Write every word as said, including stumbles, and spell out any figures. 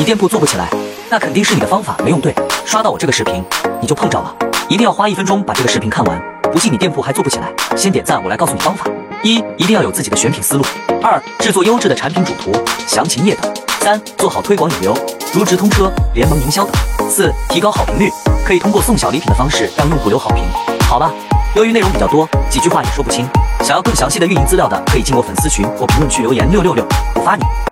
你店铺做不起来，那肯定是你的方法没用对。刷到我这个视频，你就碰着了，一定要花一分钟把这个视频看完。不信你店铺还做不起来，先点赞，我来告诉你方法。一、一定要有自己的选品思路。二、制作优质的产品主图、详情页等。三、做好推广引流，如直通车、联盟营销等。四、提高好评率，可以通过送小礼品的方式让用户留好评。好吧，由于内容比较多，几句话也说不清，想要更详细的运营资料的，可以进我粉丝群或评论区留言六六六，我发你。